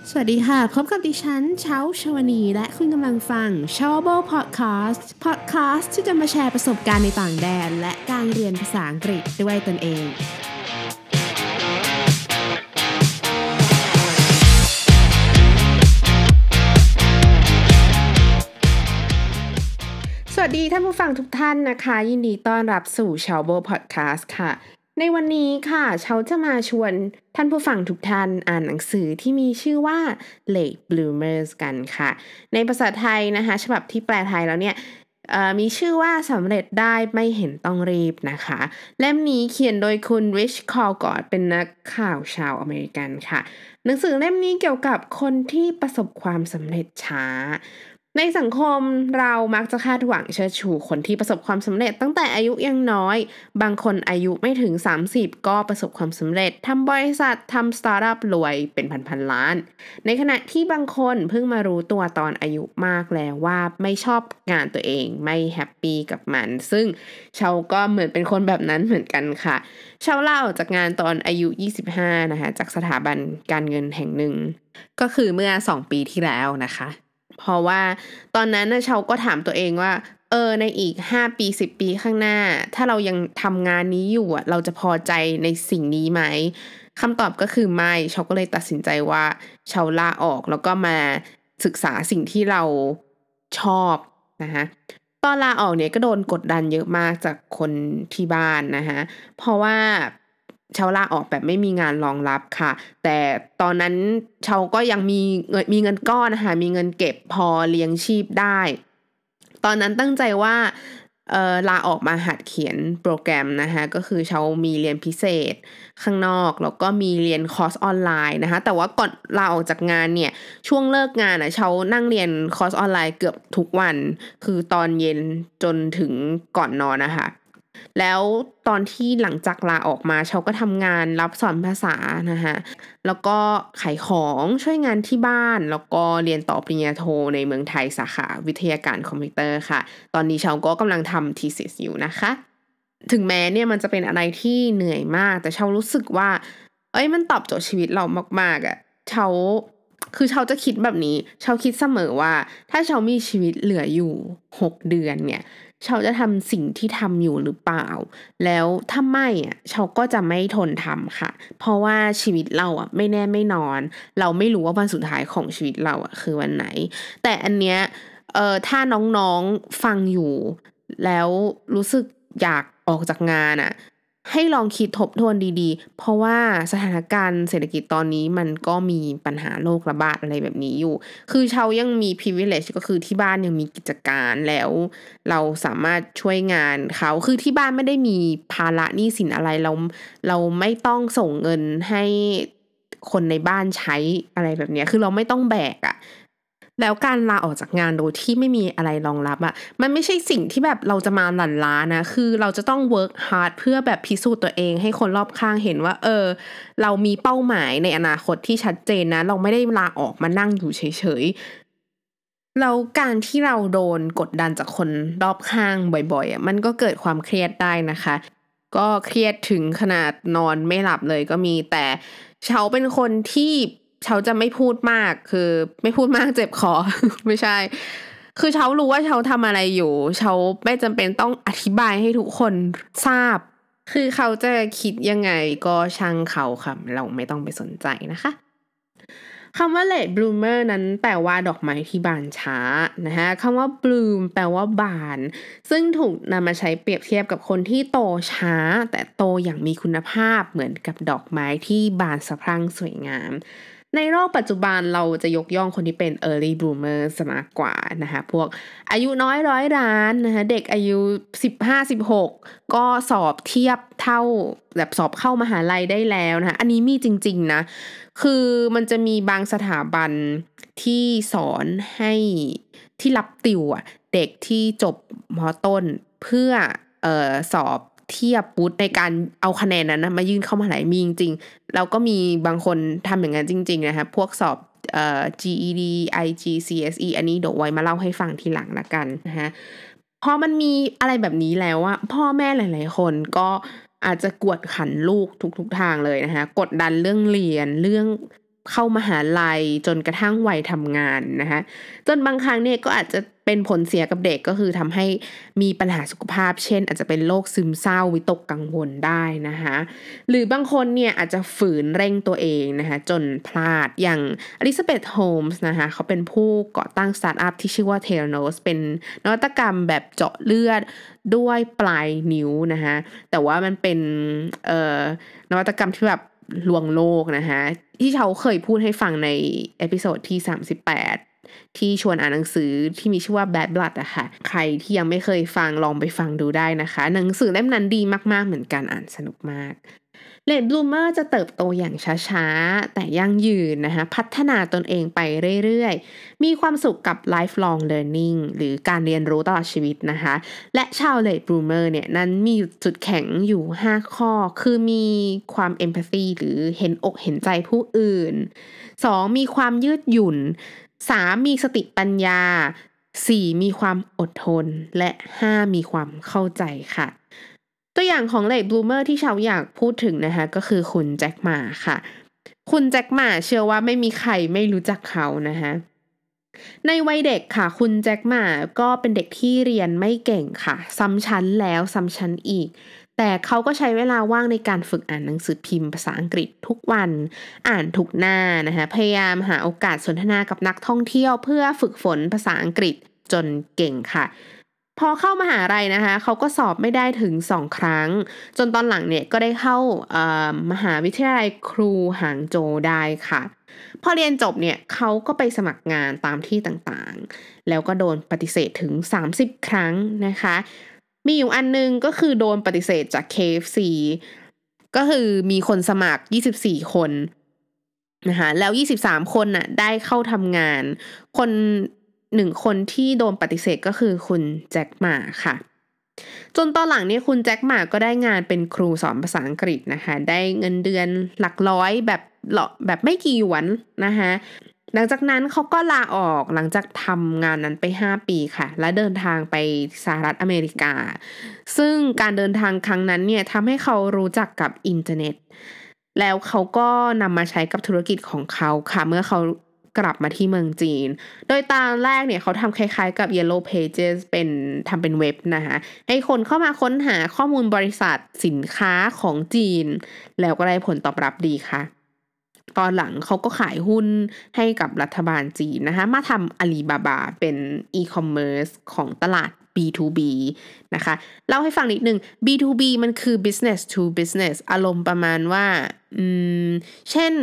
สวัสดีค่ะพบกับดิฉันเช้าชวนีและคุณกำลังฟัง Chowable Podcast ที่จะมาแชร์ประสบการณ์ในต่างแดนและการเรียนภาษาอังกฤษด้วยตนเองสวัสดีท่านผู้ฟังทุกท่านนะคะยินดีต้อนรับสู่ Chowable Podcast ค่ะในวันนี้ค่ะเช้าจะมาชวนท่านผู้ฟังทุกท่านอ่านหนังสือที่มีชื่อว่า Late Bloomers กันค่ะในภาษาไทยนะคะฉบับที่แปลไทยแล้วเนี่ยมีชื่อว่าสำเร็จได้ไม่เห็นต้องรีบนะคะเล่มนี้เขียนโดยคุณริชคอลกอดเป็นนักข่าวชาวอเมริกันค่ะหนังสือเล่มนี้เกี่ยวกับคนที่ประสบความสำเร็จช้าในสังคมเรามักจะคาดหวังเชิดชูคนที่ประสบความสำเร็จตั้งแต่อายุยังน้อยบางคนอายุไม่ถึง30ก็ประสบความสำเร็จทำบริษัททำสตาร์ทอัพรวยเป็นพันๆล้านในขณะที่บางคนเพิ่งมารู้ตัวตอนอายุมากแล้วว่าไม่ชอบงานตัวเองไม่แฮปปี้กับมันซึ่งเชาก็เหมือนเป็นคนแบบนั้นเหมือนกันค่ะเชาเล่าจากงานตอนอายุ25นะคะจากสถาบันการเงินแห่งหนึ่งก็คือเมื่อ2ปีที่แล้วนะคะเพราะว่าตอนนั้นเชาก็ถามตัวเองว่าในอีก5ปี10ปีข้างหน้าถ้าเรายังทำงานนี้อยู่เราจะพอใจในสิ่งนี้ไหมคำตอบก็คือไม่เชาก็เลยตัดสินใจว่าเชาลาออกแล้วก็มาศึกษาสิ่งที่เราชอบนะคะตอนลาออกเนี่ยก็โดนกดดันเยอะมากจากคนที่บ้านนะคะเพราะว่าเชาลาออกแบบไม่มีงานรองรับค่ะแต่ตอนนั้นเชาก็ยังมีเงินก้อนนะคะมีเงินเก็บพอเลี้ยงชีพได้ตอนนั้นตั้งใจว่าลาออกมาหัดเขียนโปรแกรมนะคะก็คือเชามีเรียนพิเศษข้างนอกแล้วก็มีเรียนคอร์สออนไลน์นะคะแต่ว่าก่อนลาออกจากงานเนี่ยช่วงเลิกงานเชานั่งเรียนคอร์สออนไลน์เกือบทุกวันคือตอนเย็นจนถึงก่อนนอนนะคะแล้วตอนที่หลังจากลาออกมาเชาก็ทำงานรับสอนภาษานะคะแล้วก็ขายของช่วยงานที่บ้านแล้วก็เรียนต่อปริญญาโทในเมืองไทยสาขาวิทยาการคอมพิวเตอร์ค่ะตอนนี้เชาก็กำลังทำ thesis อยู่นะคะถึงแม้เนี่ยมันจะเป็นอะไรที่เหนื่อยมากแต่เชารู้สึกว่ามันตอบโจทย์ชีวิตเรามากๆเชาจะคิดแบบนี้เชาคิดเสมอว่าถ้าเชามีชีวิตเหลืออยู่6เดือนเนี่ยเชาจะทำสิ่งที่ทำอยู่หรือเปล่าแล้วถ้าไม่เชาก็จะไม่ทนทำค่ะเพราะว่าชีวิตเราไม่แน่ไม่นอนเราไม่รู้ว่าวันสุดท้ายของชีวิตเราคือวันไหนแต่อันเนี้ยถ้าน้องๆฟังอยู่แล้วรู้สึกอยากออกจากงานให้ลองคิดทบทวนดีๆเพราะว่าสถานการณ์เศรษฐกิจตอนนี้มันก็มีปัญหาโรคระบาดอะไรแบบนี้อยู่คือเชายังมี privilege ก็คือที่บ้านยังมีกิจการแล้วเราสามารถช่วยงานเขาคือที่บ้านไม่ได้มีภาระหนี้สินอะไรเราไม่ต้องส่งเงินให้คนในบ้านใช้อะไรแบบเนี้ยคือเราไม่ต้องแบกแล้วการลาออกจากงานโดยที่ไม่มีอะไรรองรับมันไม่ใช่สิ่งที่แบบเราจะมาหลั่นล้านะคือเราจะต้อง work hard เพื่อแบบพิสูจน์ตัวเองให้คนรอบข้างเห็นว่าเรามีเป้าหมายในอนาคตที่ชัดเจนนะเราไม่ได้ลาออกมานั่งอยู่เฉยๆแล้วการที่เราโดนกดดันจากคนรอบข้างบ่อยๆมันก็เกิดความเครียดได้นะคะก็เครียดถึงขนาดนอนไม่หลับเลยก็มีแต่เขาเป็นคนที่เขาจะไม่พูดมากคือไม่พูดมากเจ็บคอ ไม่ใช่คือเขารู้ว่าเขาทำอะไรอยู่เขาไม่จำเป็นต้องอธิบายให้ทุกคนทราบคือเขาจะคิดยังไงก็ช่างเขาค่ะเราไม่ต้องไปสนใจนะคะคำว่า late bloomer นั้นแปลว่าดอกไม้ที่บานช้านะคะคำว่า bloom แปลว่าบานซึ่งถูกนำมาใช้เปรียบเทียบกับคนที่โตช้าแต่โตอย่างมีคุณภาพเหมือนกับดอกไม้ที่บานสะพรั่งสวยงามในโลกปัจจุบันเราจะยกย่องคนที่เป็น early bloomers มากกว่านะคะพวกอายุน้อยร้อยล้านนะคะเด็กอายุ15-16ก็สอบเทียบเท่าแบบสอบเข้ามหาลัยได้แล้วนะคะอันนี้มีจริงๆนะคือมันจะมีบางสถาบันที่สอนให้ที่รับติวเด็กที่จบม.ต้นเพื่อสอบเทียบวุฒิในการเอาคะแนนนั้นมายื่นเข้ามหาลัยมีจริงๆแล้วก็มีบางคนทำอย่างนั้นจริงๆนะคะพวกสอบGED IGCSE อันนี้เดี๋ยวไว้มาเล่าให้ฟังทีหลังละกันนะคะพอมันมีอะไรแบบนี้แล้วพ่อแม่หลายๆคนก็อาจจะกวดขันลูกทุกทางเลยนะคะกดดันเรื่องเรียนเรื่องเข้ามหาลัยจนกระทั่งวัยทำงานนะคะจนบางครั้งเนี่ยก็อาจจะเป็นผลเสียกับเด็กก็คือทำให้มีปัญหาสุขภาพเช่นอาจจะเป็นโรคซึมเศร้าวิตกกังวลได้นะคะหรือบางคนเนี่ยอาจจะฝืนเร่งตัวเองนะคะจนพลาดอย่างอลิซาเบธโฮมส์นะคะเขาเป็นผู้ก่อตั้งสตาร์ทอัพที่ชื่อว่า Theranos เป็นนวัตกรรมแบบเจาะเลือดด้วยปลายนิ้วนะคะแต่ว่ามันเป็นนวัตกรรมที่แบบลวงโลกนะคะที่เขาเคยพูดให้ฟังในเอพิโซดที่38ที่ชวนอ่านหนังสือที่มีชื่อว่า Bad Blood อะค่ะใครที่ยังไม่เคยฟังลองไปฟังดูได้นะคะหนังสือเล่มนั้นดีมากๆเหมือนกันอ่านสนุกมากLate Bloomer จะเติบโตอย่างช้าๆแต่ยั่งยืนนะคะพัฒนาตนเองไปเรื่อยๆมีความสุขกับ lifelong learning หรือการเรียนรู้ตลอดชีวิตนะคะและชาว Late Bloomer เนี่ยนั้นมีจุดแข็งอยู่5ข้อคือมีความ empathy หรือเห็นอกเห็นใจผู้อื่น2มีความยืดหยุ่น3มีสติปัญญา4มีความอดทนและ5มีความเข้าใจค่ะตัวอย่างของ Late Bloomer ที่ชาวอยากพูดถึงนะคะก็คือคุณแจ็คหม่าค่ะคุณแจ็คหม่าเชื่อว่าไม่มีใครไม่รู้จักเขานะคะในวัยเด็กค่ะคุณแจ็คหม่าก็เป็นเด็กที่เรียนไม่เก่งค่ะซ้ำชั้นแล้วซ้ำชั้นอีกแต่เขาก็ใช้เวลาว่างในการฝึกอ่านหนังสือพิมพ์ภาษาอังกฤษทุกวันอ่านทุกหน้านะคะพยายามหาโอกาสสนทนากับนักท่องเที่ยวเพื่อฝึกฝนภาษาอังกฤษจนเก่งค่ะพอเข้ามหาลัยนะคะเขาก็สอบไม่ได้ถึง2ครั้งจนตอนหลังเนี่ยก็ได้เข้ามหาวิทยาลัยครูหางโจวได้ค่ะพอเรียนจบเนี่ยเขาก็ไปสมัครงานตามที่ต่างๆแล้วก็โดนปฏิเสธถึง30ครั้งนะคะมีอยู่อันนึงก็คือโดนปฏิเสธจาก KFC ก็คือมีคนสมัคร24คนนะคะแล้ว23คนน่ะได้เข้าทำงานคน1คนที่โดนปฏิเสธก็คือคุณแจ็คหม่าค่ะจนตอนหลังเนี่ยคุณแจ็คหม่าก็ได้งานเป็นครูสอนภาษาอังกฤษนะคะได้เงินเดือนหลักร้อยแบบไม่กี่หยวนนะคะหลังจากนั้นเขาก็ลาออกหลังจากทำงานนั้นไป5ปีค่ะและเดินทางไปสหรัฐอเมริกาซึ่งการเดินทางครั้งนั้นเนี่ยทำให้เขารู้จักกับอินเทอร์เน็ตแล้วเขาก็นำมาใช้กับธุรกิจของเขาค่ะเมื่อเขากลับมาที่เมืองจีนโดยตอนแรกเนี่ยเขาทำคล้ายๆกับ Yellow Pages ทำเป็นเว็บนะคะให้คนเข้ามาค้นหาข้อมูลบริษัทสินค้าของจีนแล้วก็ได้ผลตอบรับดีค่ะตอนหลังเขาก็ขายหุ้นให้กับรัฐบาลจีนนะคะมาทำอาลีบาบาเป็นอีคอมเมิร์ซของตลาด B2B นะคะเล่าให้ฟังนิดนึง B2B มันคือ business to business อารมณ์ประมาณว่าเช่น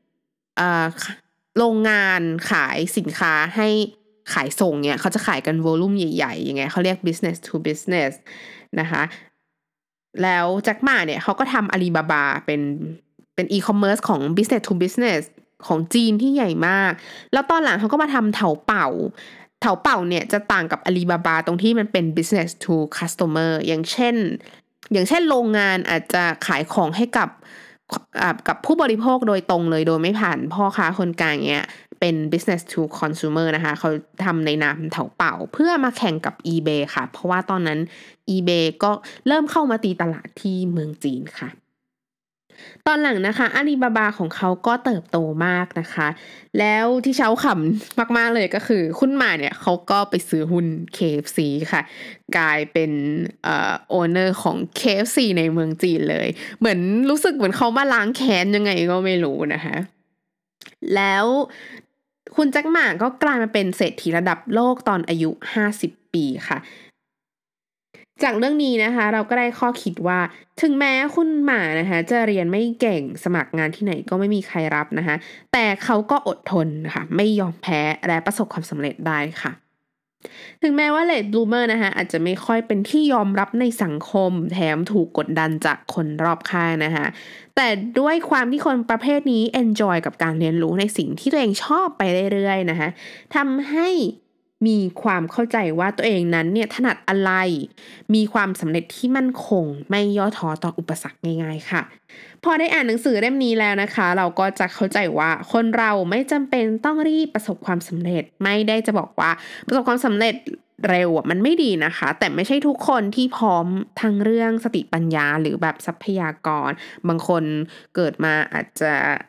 โรงงานขายสินค้าให้ขายส่งเนี่ยเขาจะขายกันโวลุ่มใหญ่ๆอย่างเงี้ยเขาเรียก business to business นะคะแล้วแจ็คหม่าเนี่ยเขาก็ทำอาลีบาบาเป็นอีคอมเมิร์ซของ business to business ของจีนที่ใหญ่มากแล้วตอนหลังเขาก็มาทำเถาเป่าเนี่ยจะต่างกับอาลีบาบาตรงที่มันเป็น business to customer อย่างเช่นโรงงานอาจจะขายของให้กับผู้บริโภคโดยตรงเลยโดยไม่ผ่านพ่อค้าคนกลางเงี้ยเป็น business to consumer นะคะเขาทำในนามเถาเป่าเพื่อมาแข่งกับ eBay ค่ะเพราะว่าตอนนั้น eBay ก็เริ่มเข้ามาตีตลาดที่เมืองจีนค่ะตอนหลังนะคะอาลีบาบาของเขาก็เติบโตมากนะคะแล้วที่เช้าขำมากๆเลยก็คือคุณหม่าเนี่ยเขาก็ไปซื้อหุ้น KFC ค่ะกลายเป็นโอเนอร์ของ KFC ในเมืองจีนเลยเหมือนรู้สึกเหมือนเขามาล้างแค้นยังไงก็ไม่รู้นะคะแล้วคุณแจ็คหม่าก็กลายมาเป็นเศรษฐีระดับโลกตอนอายุ50ปีค่ะจากเรื่องนี้นะคะเราก็ได้ข้อคิดว่าถึงแม้คุณหม่านะคะจะเรียนไม่เก่งสมัครงานที่ไหนก็ไม่มีใครรับนะคะแต่เขาก็อดทนค่ะไม่ยอมแพ้และประสบความสำเร็จได้ค่ะถึงแม้ว่า Late Bloomer นะคะอาจจะไม่ค่อยเป็นที่ยอมรับในสังคมแถมถูกกดดันจากคนรอบข้างนะคะแต่ด้วยความที่คนประเภทนี้ enjoy กับการเรียนรู้ในสิ่งที่ตัวเองชอบไปเรื่อยๆนะคะทำให้มีความเข้าใจว่าตัวเองนั้นเนี่ยถนัดอะไรมีความสำเร็จที่มั่นคงไม่ย่อท้อต่ออุปสรรคง่ายๆค่ะพอได้อ่านหนังสือเล่มนี้แล้วนะคะเราก็จะเข้าใจว่าคนเราไม่จำเป็นต้องรีบประสบความสำเร็จไม่ได้จะบอกว่าประสบความสำเร็จเร็วมันไม่ดีนะคะแต่ไม่ใช่ทุกคนที่พร้อมทั้งเรื่องสติปัญญาหรือแบบทรัพยากรบางคนเกิดมาอาจจะ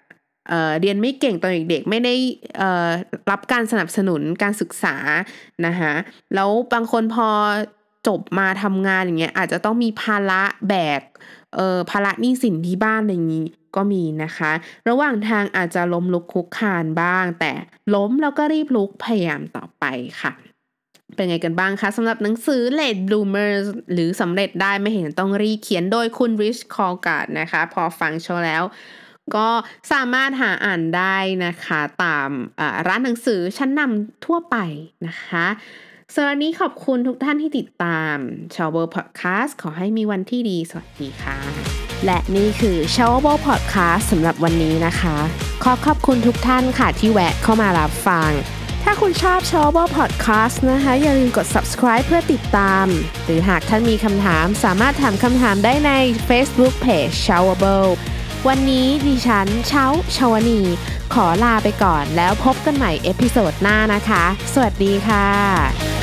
เรียนไม่เก่งตอนเด็กๆไม่ได้รับการสนับสนุนการศึกษานะคะแล้วบางคนพอจบมาทำงานอย่างเงี้ยอาจจะต้องมีภาระแบกภาระหนี้สินที่บ้านอะไรอย่างงี้ก็มีนะคะระหว่างทางอาจจะล้มลุกคลุกคลานบ้างแต่ล้มแล้วก็รีบลุกพยายามต่อไปค่ะเป็นไงกันบ้างคะสำหรับหนังสือ Late Bloomers หรือสำเร็จได้ไม่เห็นต้องรีบเขียนโดยคุณ Rich Colgart นะคะพอฟังโชว์แล้วก็สามารถหาอ่านได้นะคะตามร้านหนังสือชั้นนำทั่วไปนะคะสำหรับวันนี้ขอบคุณทุกท่านที่ติดตาม Shower Podcast ขอให้มีวันที่ดีสวัสดีค่ะและนี่คือ Shower Podcast สำหรับวันนี้นะคะขอบคุณทุกท่านค่ะที่แวะเข้ามารับฟังถ้าคุณชอบ Shower Podcast นะคะอย่าลืมกด subscribe เพื่อติดตามหรือหากท่านมีคำถามสามารถถามคำถามได้ใน Facebook Page Shower วันนี้ดิฉันเช้าชวนีขอลาไปก่อนแล้วพบกันใหม่เอพิโซดหน้านะคะสวัสดีค่ะ